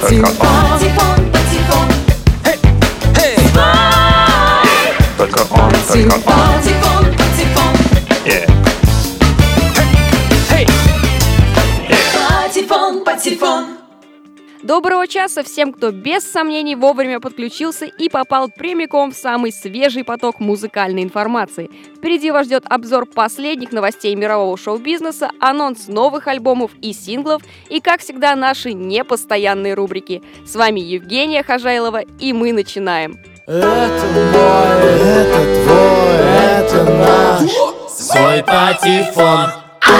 Патефон, патефон. Только он, только он. Патефон, патефон. Патефон, патефон. Доброго часа всем, кто без сомнений вовремя подключился и попал прямиком в самый свежий поток музыкальной информации. Впереди вас ждет обзор последних новостей мирового шоу-бизнеса, анонс новых альбомов и синглов и, как всегда, наши непостоянные рубрики. С вами Евгения Хожайлова, и мы начинаем. Это мой, это твой, это наш свой патефон.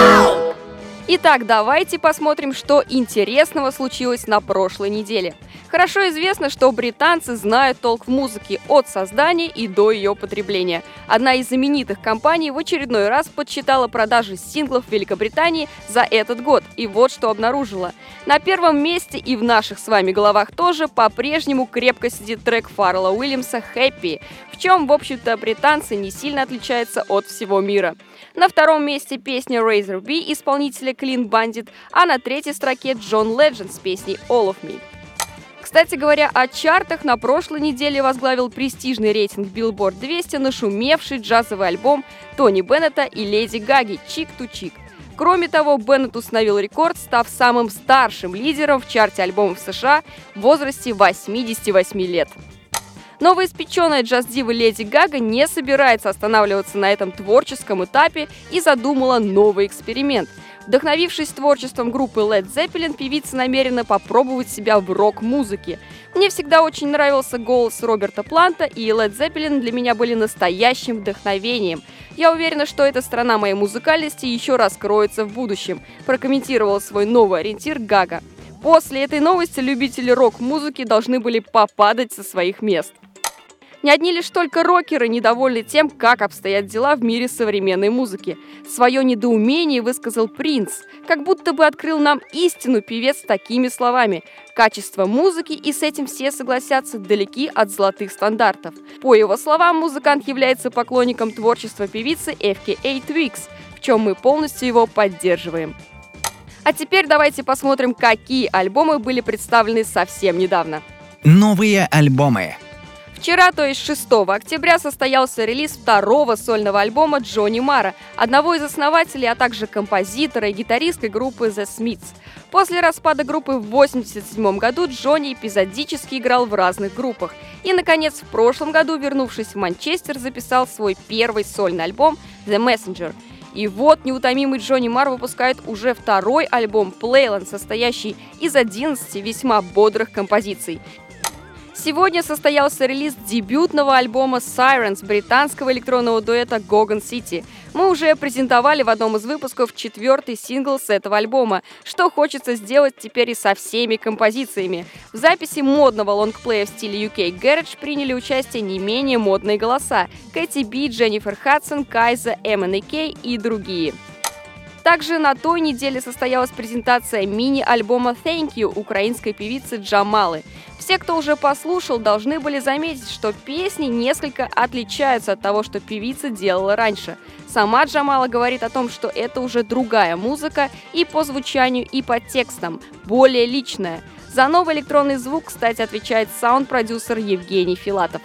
Итак, давайте посмотрим, что интересного случилось на прошлой неделе. Хорошо известно, что британцы знают толк в музыке от создания и до ее потребления. Одна из знаменитых компаний в очередной раз подсчитала продажи синглов в Великобритании за этот год. И вот что обнаружила. На первом месте и в наших с вами головах тоже по-прежнему крепко сидит трек Фаррелла Уильямса «Happy», в чем, в общем-то, британцы не сильно отличаются от всего мира. На втором месте песня Razor B исполнителя Clean Bandit, а на третьей строке Джон Ледженд с песней All of Me. Кстати говоря, о чартах, на прошлой неделе возглавил престижный рейтинг Billboard 200 нашумевший джазовый альбом Тони Беннета и Леди Гаги «Chick to Chick». Кроме того, Беннет установил рекорд, став самым старшим лидером в чарте альбомов США в возрасте 88 лет. Новоиспеченная джаз-дива Леди Гага не собирается останавливаться на этом творческом этапе и задумала новый эксперимент. Вдохновившись творчеством группы Led Zeppelin, певица намерена попробовать себя в рок-музыке. Мне всегда очень нравился голос Роберта Планта, и Led Zeppelin для меня были настоящим вдохновением. Я уверена, что эта сторона моей музыкальности еще раскроется в будущем, прокомментировала свой новый ориентир Гага. После этой новости любители рок-музыки должны были попадать со своих мест. Не одни лишь только рокеры недовольны тем, как обстоят дела в мире современной музыки. Свое недоумение высказал Принц, как будто бы открыл нам истину певец такими словами: «Качество музыки, и с этим все согласятся, далеки от золотых стандартов». По его словам, музыкант является поклонником творчества певицы FKA Twigs, в чем мы полностью его поддерживаем. А теперь давайте посмотрим, какие альбомы были представлены совсем недавно. Новые альбомы. Вчера, то есть 6 октября, состоялся релиз второго сольного альбома Джонни Марра, одного из основателей, а также композитора и гитаристской группы The Smiths. После распада группы в 1987 году Джонни эпизодически играл в разных группах. И, наконец, в прошлом году, вернувшись в Манчестер, записал свой первый сольный альбом The Messenger. И вот неутомимый Джонни Марр выпускает уже второй альбом Playland, состоящий из 11 весьма бодрых композиций. Сегодня состоялся релиз дебютного альбома Sirens британского электронного дуэта Gogon City. Мы уже презентовали в одном из выпусков 4-й сингл с этого альбома, что хочется сделать теперь и со всеми композициями. В записи модного лонгплея в стиле UK Garage приняли участие не менее модные голоса: Кэти Би, Дженнифер Хадсон, Кайза, MNEK и другие. Также на той неделе состоялась презентация мини-альбома «Thank You» украинской певицы Джамалы. Все, кто уже послушал, должны были заметить, что песни несколько отличаются от того, что певица делала раньше. Сама Джамала говорит о том, что это уже другая музыка и по звучанию, и по текстам, более личная. За новый электронный звук, кстати, отвечает саунд-продюсер Евгений Филатов.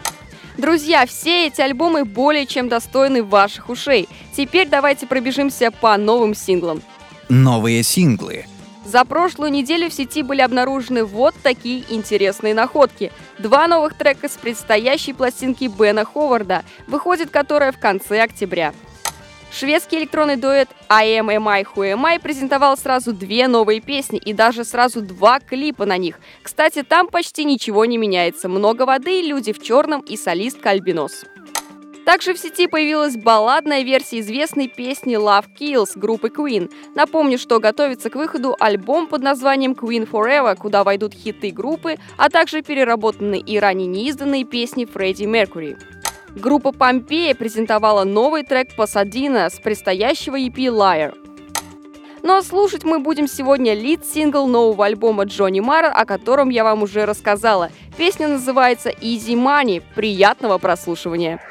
Друзья, все эти альбомы более чем достойны ваших ушей. Теперь давайте пробежимся по новым синглам. Новые синглы. За прошлую неделю в сети были обнаружены вот такие интересные находки. 2 новых трека с предстоящей пластинки Бена Ховарда, выходит которая в конце октября. Шведский электронный дуэт I Am I Who Am I презентовал сразу 2 новые песни и даже сразу 2 клипа на них. Кстати, там почти ничего не меняется. Много воды, люди в черном и солистка Альбинос. Также в сети появилась балладная версия известной песни Love Kills группы Queen. Напомню, что готовится к выходу альбом под названием Queen Forever, куда войдут хиты группы, а также переработанные и ранее неизданные песни Фредди Меркьюри. Группа Помпея презентовала новый трек Pasadena с предстоящего EP Liar. Но слушать мы будем сегодня лид-сингл нового альбома Джонни Марра, о котором я вам уже рассказала. Песня называется Easy Money. Приятного прослушивания!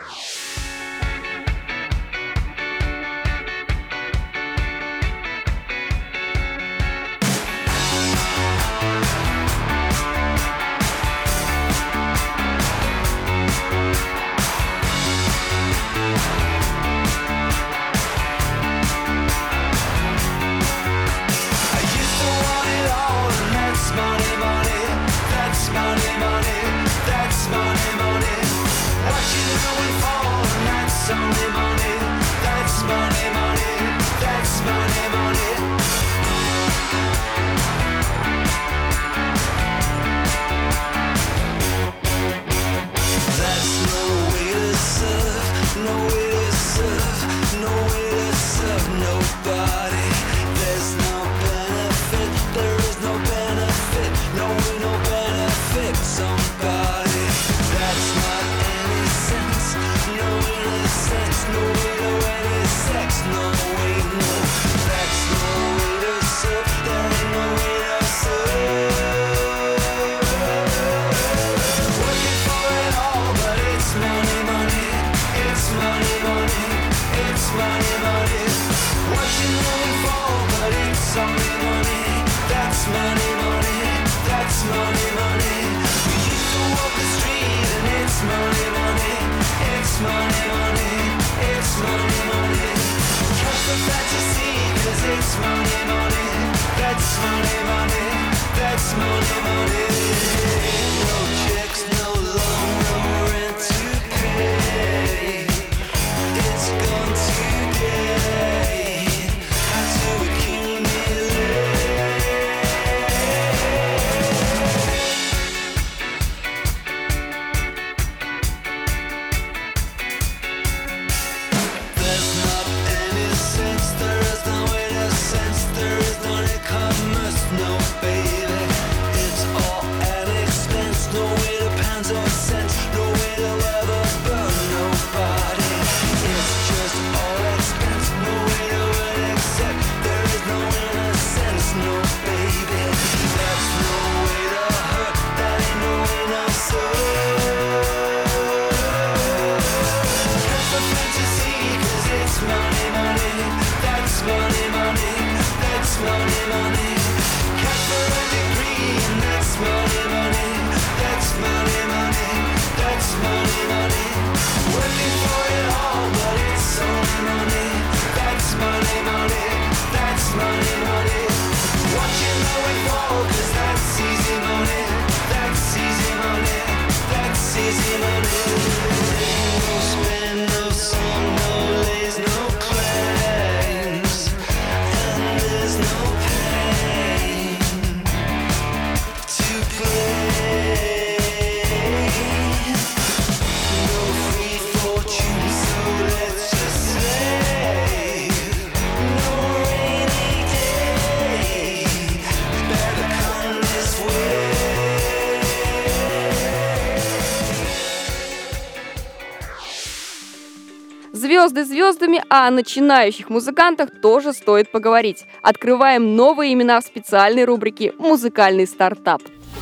Звезды звездами, а о начинающих музыкантах тоже стоит поговорить. Открываем новые имена в специальной рубрике «Музыкальный стартап».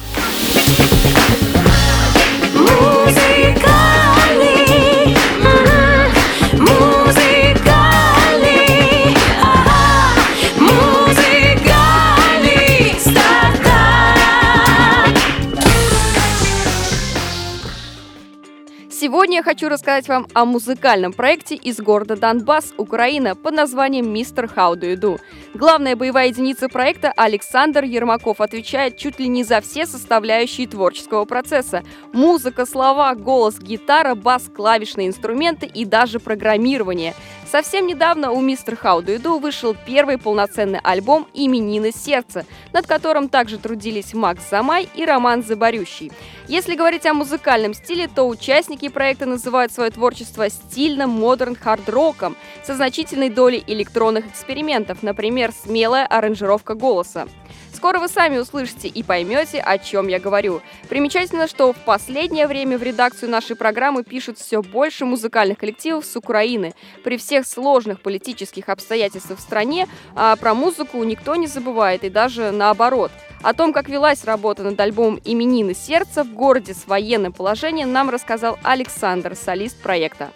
Сегодня я хочу рассказать вам о музыкальном проекте из города Донбасс, Украина, под названием Mr. How Do You Do. Главная боевая единица проекта Александр Ермаков отвечает чуть ли не за все составляющие творческого процесса. Музыка, слова, голос, гитара, бас, клавишные инструменты и даже программирование. Совсем недавно у Mr. How Do You Do вышел первый полноценный альбом «Именины сердца», над которым также трудились Макс Замай и Роман Заборющий. Если говорить о музыкальном стиле, то участники проекта называют свое творчество стильным модерн-хард-роком со значительной долей электронных экспериментов, например, смелая аранжировка голоса. Скоро вы сами услышите и поймете, о чем я говорю. Примечательно, что в последнее время в редакцию нашей программы пишут все больше музыкальных коллективов с Украины. При всех сложных политических обстоятельствах в стране про музыку никто не забывает, и даже наоборот. О том, как велась работа над альбомом «Именины сердца» в городе с военным положением, нам рассказал Александр, солист проекта.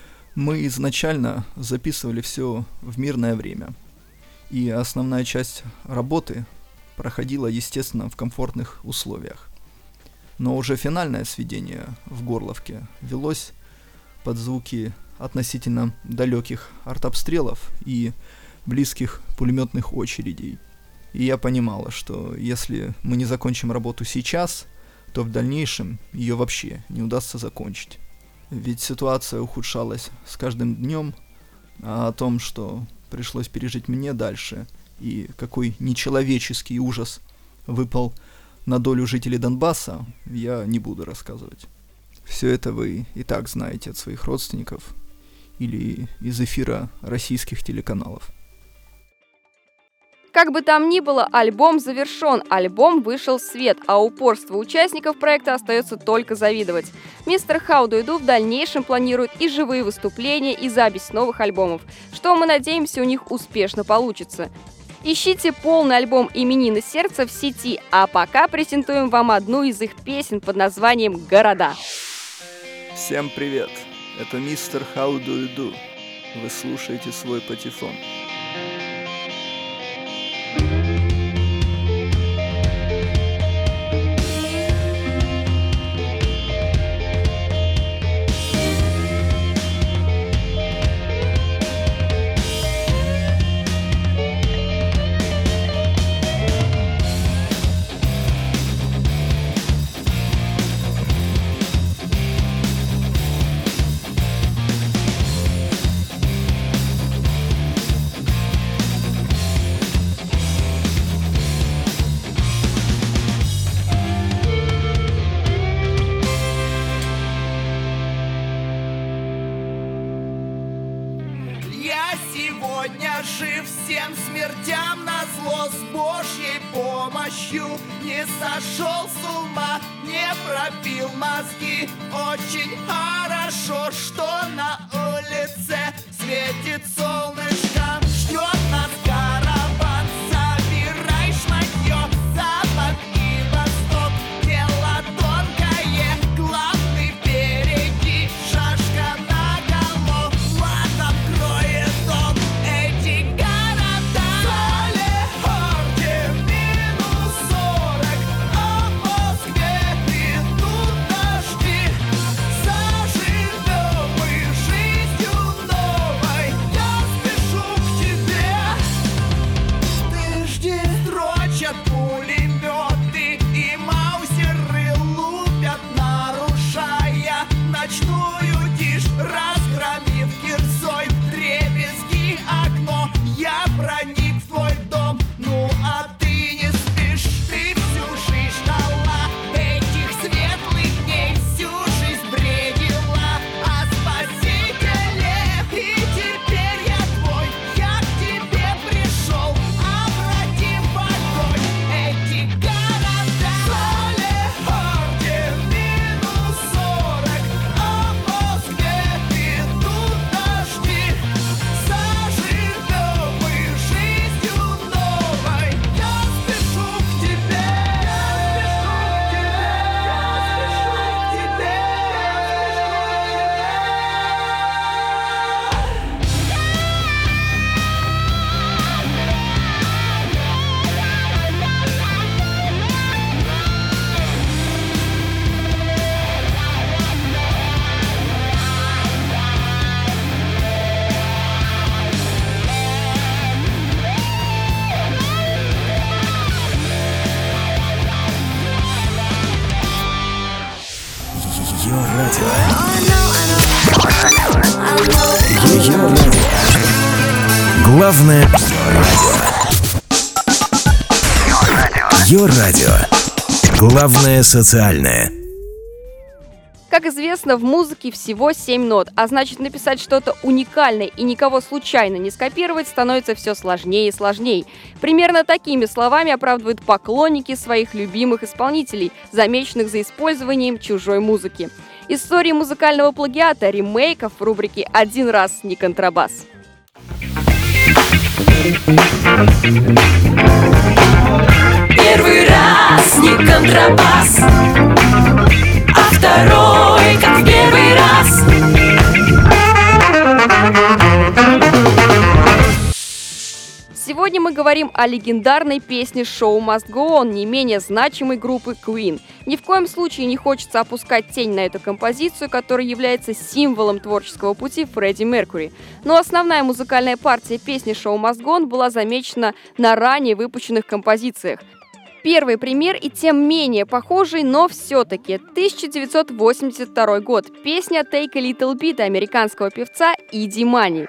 Мы изначально записывали все в мирное время, и основная часть работы проходила, естественно, в комфортных условиях. Но уже финальное сведение в Горловке велось под звуки относительно далеких артобстрелов и близких пулеметных очередей. И я понимала, что если мы не закончим работу сейчас, то в дальнейшем ее вообще не удастся закончить. Ведь ситуация ухудшалась с каждым днем, а о том, что пришлось пережить мне дальше, и какой нечеловеческий ужас выпал на долю жителей Донбасса, я не буду рассказывать. Все это вы и так знаете от своих родственников или из эфира российских телеканалов. Как бы там ни было, альбом завершен, альбом вышел в свет, а упорству участников проекта остается только завидовать. Mr. How Do You Do в дальнейшем планирует и живые выступления, и запись новых альбомов, что, мы надеемся, у них успешно получится. Ищите полный альбом «Именины сердца» в сети, а пока презентуем вам одну из их песен под названием «Города». Всем привет! Это Mr. How Do You Do. Вы слушаете свой патефон. Божьей помощью не сошел с ума, не пропил мозги. Очень хорошо, что на улице светит солнышко. Ждет нас караван, собирай шматье, запад и восток, дело тонкое, главный впереди, шашка наголо, ладно кроет дом. Эти города Салехарде минус 40, а в Москве идут дожди. Заживем мы жизнью новой, я спешу к тебе. Ты жди, строчат пулеметы и маузеры лупят, нарушая ночную тишь, разгромив кирзой дребезги окно. Я проник в твой дом, ну а ты не спишь. Ты всю жизнь ждала этих светлых дней, всю жизнь бредила о спасителе. И теперь я твой, я к тебе пришел, обратив огонь. Эти города Салехарде минус 40, а в Москве идут дожди. Заживем мы жизнью новой, я спешу к тебе. Ее радио. Главное Ее радио. Главное социальное. Как известно, в музыке всего 7 нот, а значит, написать что-то уникальное и никого случайно не скопировать становится все сложнее и сложнее. Примерно такими словами оправдывают поклонники своих любимых исполнителей, замеченных за использованием чужой музыки. Истории музыкального плагиата, ремейков в рубрике «Один раз не контрабас». Первый раз не контрабас, а второй как первый раз. Сегодня мы говорим о легендарной песне «Show Must Go On» не менее значимой группы Queen. Ни в коем случае не хочется опускать тень на эту композицию, которая является символом творческого пути Фредди Меркьюри. Но основная музыкальная партия песни «Show Must Go On» была замечена на ранее выпущенных композициях. Первый пример и тем менее похожий, но все-таки 1982 год. Песня «Take a Little Bit» американского певца Иди Мани.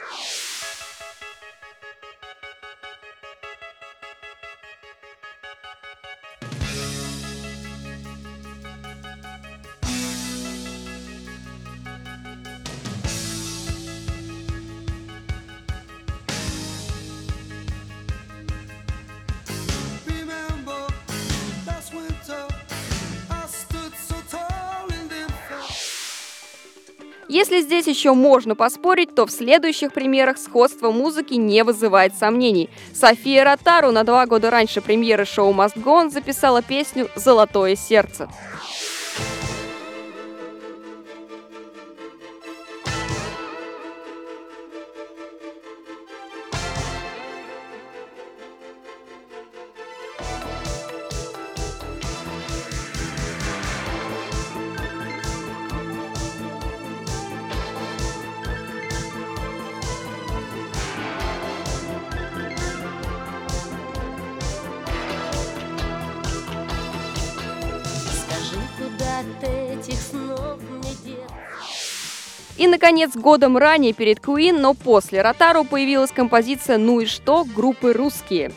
Если здесь еще можно поспорить, то в следующих примерах сходство музыки не вызывает сомнений. София Ротару на 2 года раньше премьеры «Show Must Go On» записала песню «Золотое сердце». И, наконец, годом ранее перед Queen, но после Ротару появилась композиция «Ну и что» группы «Русские».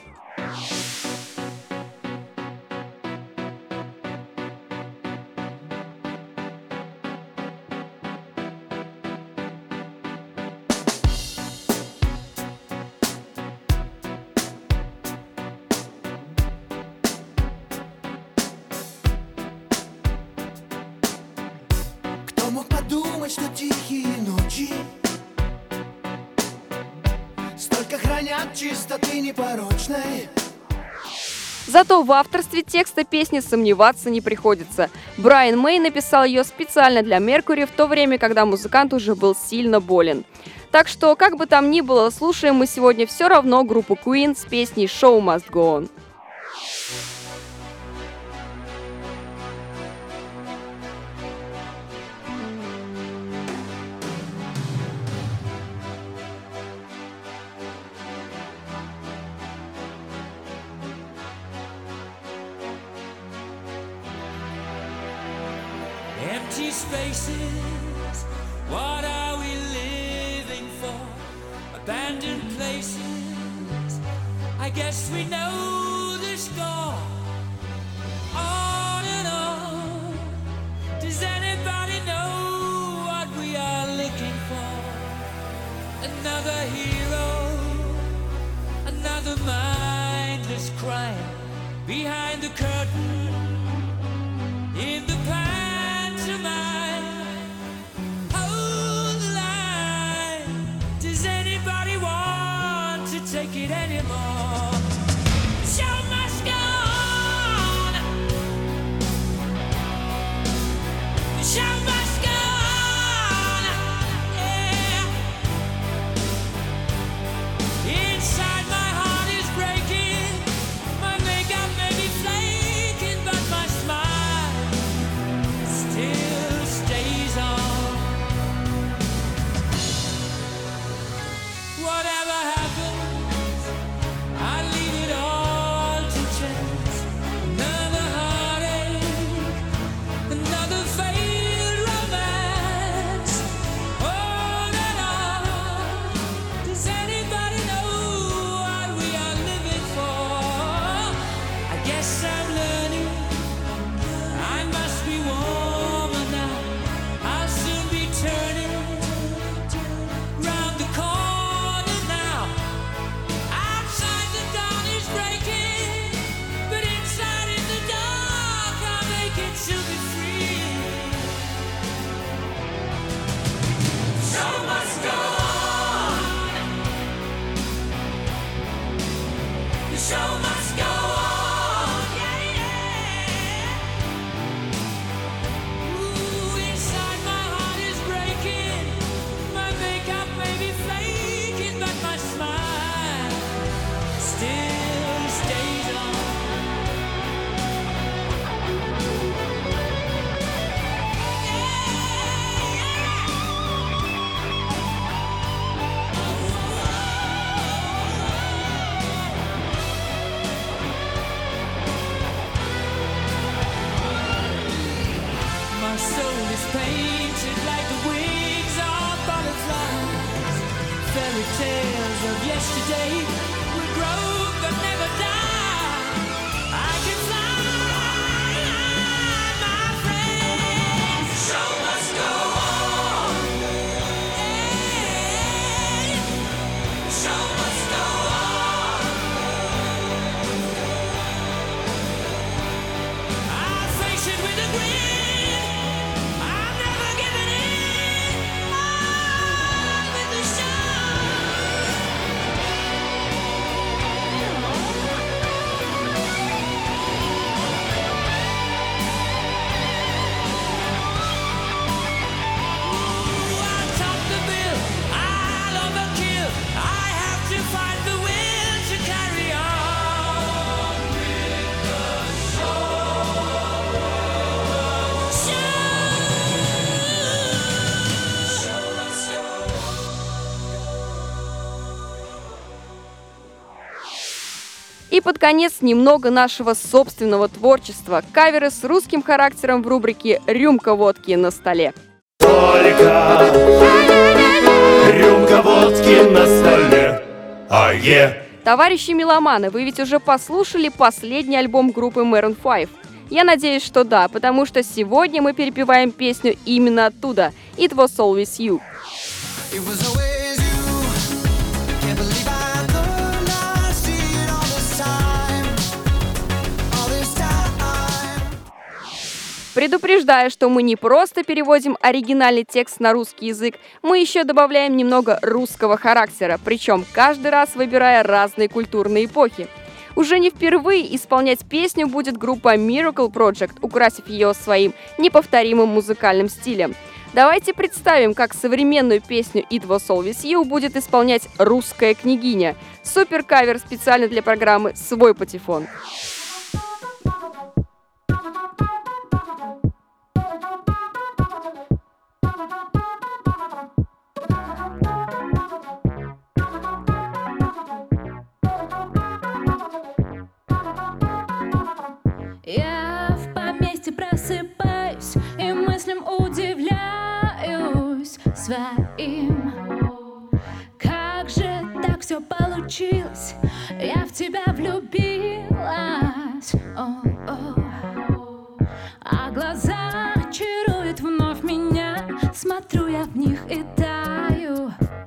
думать, что тихие ночи столько хранят чистоты непорочной. Зато в авторстве текста песни сомневаться не приходится. Брайан Мэй написал ее специально для Меркьюри в то время, когда музыкант уже был сильно болен. Так что, как бы там ни было, слушаем мы сегодня все равно группу Queen с песней «Show Must Go On». Empty spaces, what are we living for? Abandoned places, I guess we know the score. On and on, does anybody know what we are looking for? Another hero, another mindless crime behind the curtain, in the pantomime. Hold the line. Does anybody want to take it anymore? The show must go on. The show must go on. Yeah. Inside my heart is breaking. My makeup may be flaking, but my smile still stays on. Whatever happens, I leave it all to chance. Another heartache, another failed romance. On and on. Does anybody know what we are living for? I guess I'm learning. I must be warmer now. I'll soon be turning round the corner now. Outside the dawn is breaking, but inside in the dark I'll make it to be free. Show must go on. The show must go on. Yeah, yeah. Ooh, inside my heart is breaking. My makeup may be flaking, but my smile still stays on. My soul is painted like the wings of butterflies. Fairy tales of yesterday will grow but never die. I can fly, my friend. The show must go on. Hey, the show must go on. I'll face it with a grin. I'm never giving in. On with the show. Ooh, I'll top the bill. I'll overkill. I have to find the will to carry on with the И под конец немного нашего собственного творчества. Каверы с русским характером в рубрике «Рюмка водки на столе». Только рюмка водки на столе. Товарищи меломаны, вы ведь уже послушали последний альбом группы Maroon 5? Я надеюсь, что да, потому что сегодня мы перепеваем песню именно оттуда «It Was Always You». It was always you. Can't believe I could not see it all this time. All this time. Предупреждаю, что мы не просто переводим оригинальный текст на русский язык, мы еще добавляем немного русского характера, причем каждый раз выбирая разные культурные эпохи. Уже не впервые исполнять песню будет группа Miracle Project, украсив ее своим неповторимым музыкальным стилем. Давайте представим, как современную песню «It Was Always You» будет исполнять русская княгиня. Супер-кавер специально для программы «Свой патефон». Я в поместье просыпаюсь и мыслям удивляюсь своим. Как же так все получилось? Я в тебя влюбилась. А глаза чаруют вновь меня. Смотрю я в них и таю.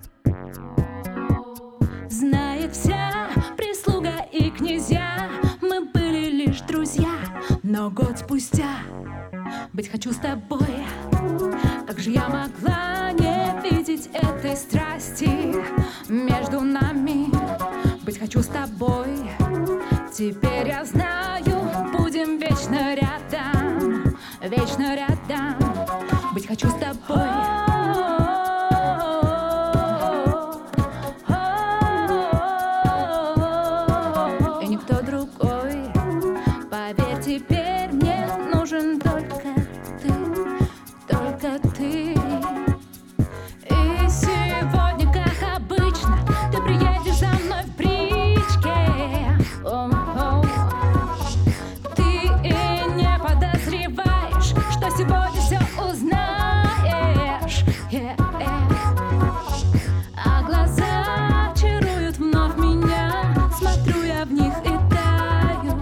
Знает вся прислуга и князья, мы были лишь друзья. Но год спустя быть хочу с тобой. Как же я могла не видеть этой страсти между нами? Быть хочу с тобой. Теперь я знаю, будем вечно рядом. Вечно рядом. Быть хочу с тобой. И никто другой. Поверь, теперь мне нужен только ты, только ты. И сегодня, как обычно, ты приедешь за мной в бричке. Ты и не подозреваешь, что сегодня все узнаешь. А глаза чаруют вновь меня. Смотрю я в них и таю.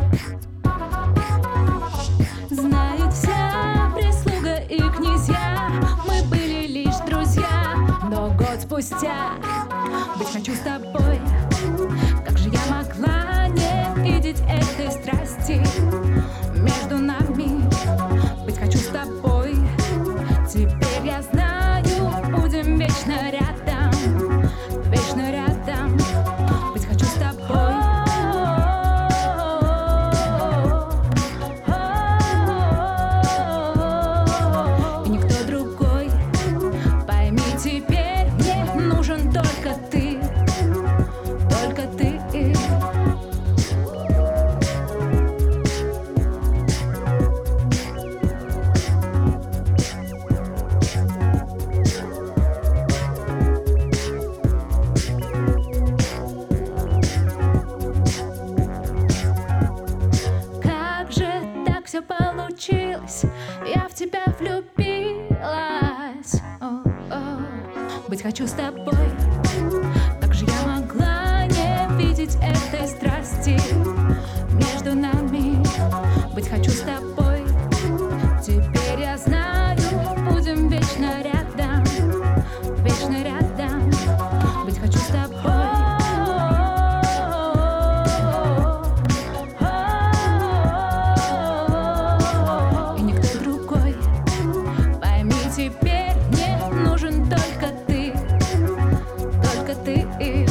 Знает вся прислуга и князья, мы были лишь друзья. Но год спустя быть хочу с тобой. Как же я могла не видеть этой страсти между нами? Быть хочу с тобой. Теперь я знаю, будем вечно рядом. Вечно рядом. Быть хочу с тобой. И никто другой. Пойми, теперь мне нужен только ты. Только ты. Как же так все получилось? Я в тебя влюбилась. Быть хочу с тобой. Как же я могла не видеть этой страсти между нами? Быть хочу с тобой. Теперь я знаю, будем вечно рядом. Вечно рядом. Быть хочу с тобой. И никто другой. Пойми, теперь мне нужен только ты. Только ты.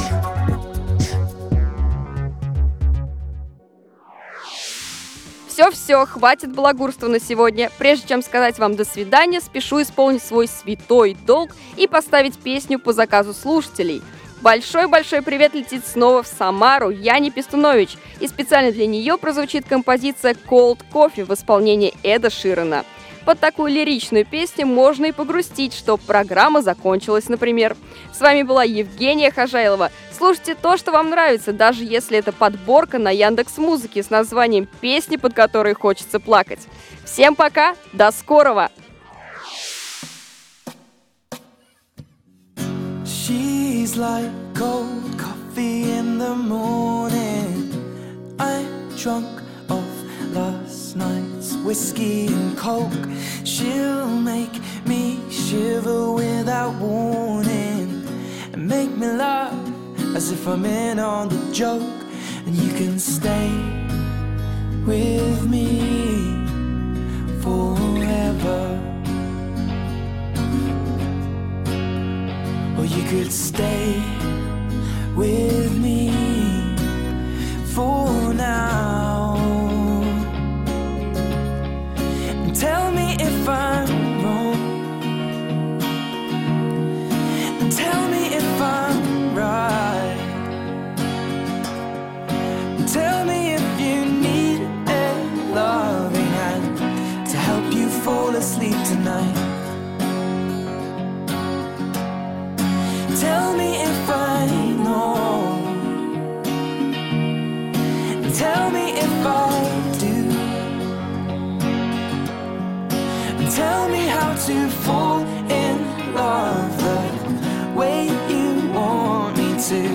Все, хватит балагурства на сегодня. Прежде чем сказать вам до свидания, спешу исполнить свой святой долг и поставить песню по заказу слушателей. Большой-большой привет летит снова в Самару Яне Пестунович, и специально для нее прозвучит композиция «Cold Coffee» в исполнении Эда Ширана. Под такую лиричную песню можно и погрустить, что программа закончилась, например. С вами была Евгения Хожайлова. Слушайте то, что вам нравится, даже если это подборка на Яндекс.Музыке с названием «Песни, под которые хочется плакать». Всем пока, до скорого! She's like cold coffee in the morning. I'm drunk off last night's whiskey and coke. She'll make me shiver without warning and make me laugh as if I'm in on the joke. And you can stay with me forever. could stay with me for now. And tell me if I'm wrong, and tell me if I'm right, and tell me if you need a loving hand to help you fall asleep tonight. Tell me if I know, and tell me if I do, and tell me how to fall in love the way you want me to.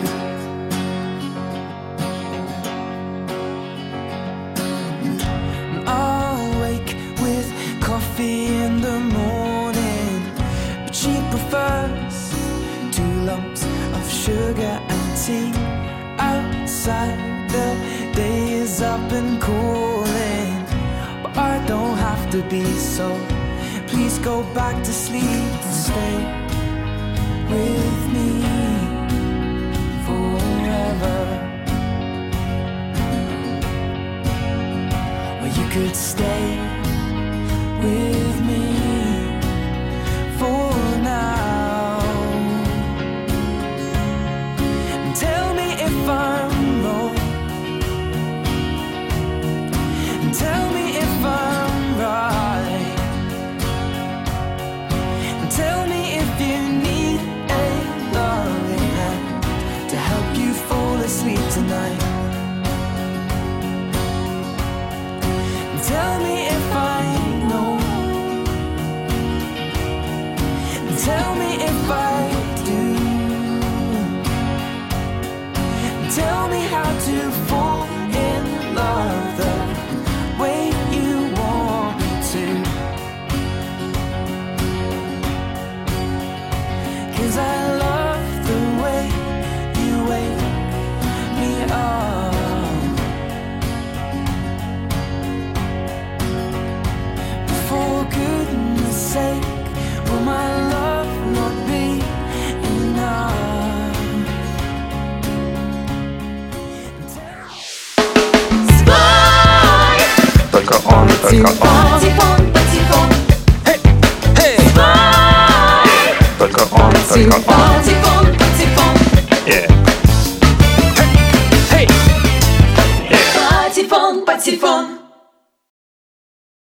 I'll wake with coffee in the morning, but she prefers 2 lumps of sugar and tea. Outside the day is up and calling, but I don't have to be, so please go back to sleep and stay with me forever. Or you could stay with me for now. And tell me if I'm wrong, and tell me if I'm right, and tell me if you need a loving hand to help you fall asleep tonight. And tell me if I know, and tell me if I do, and tell me how to fall in love the way you want me to. 'Cause I love the way you wake me up. For goodness sake, will my love not be enough? Только он, только он, Патефон, патефон, только он, только он. патефон, патефон, Yeah. патефон, патефон.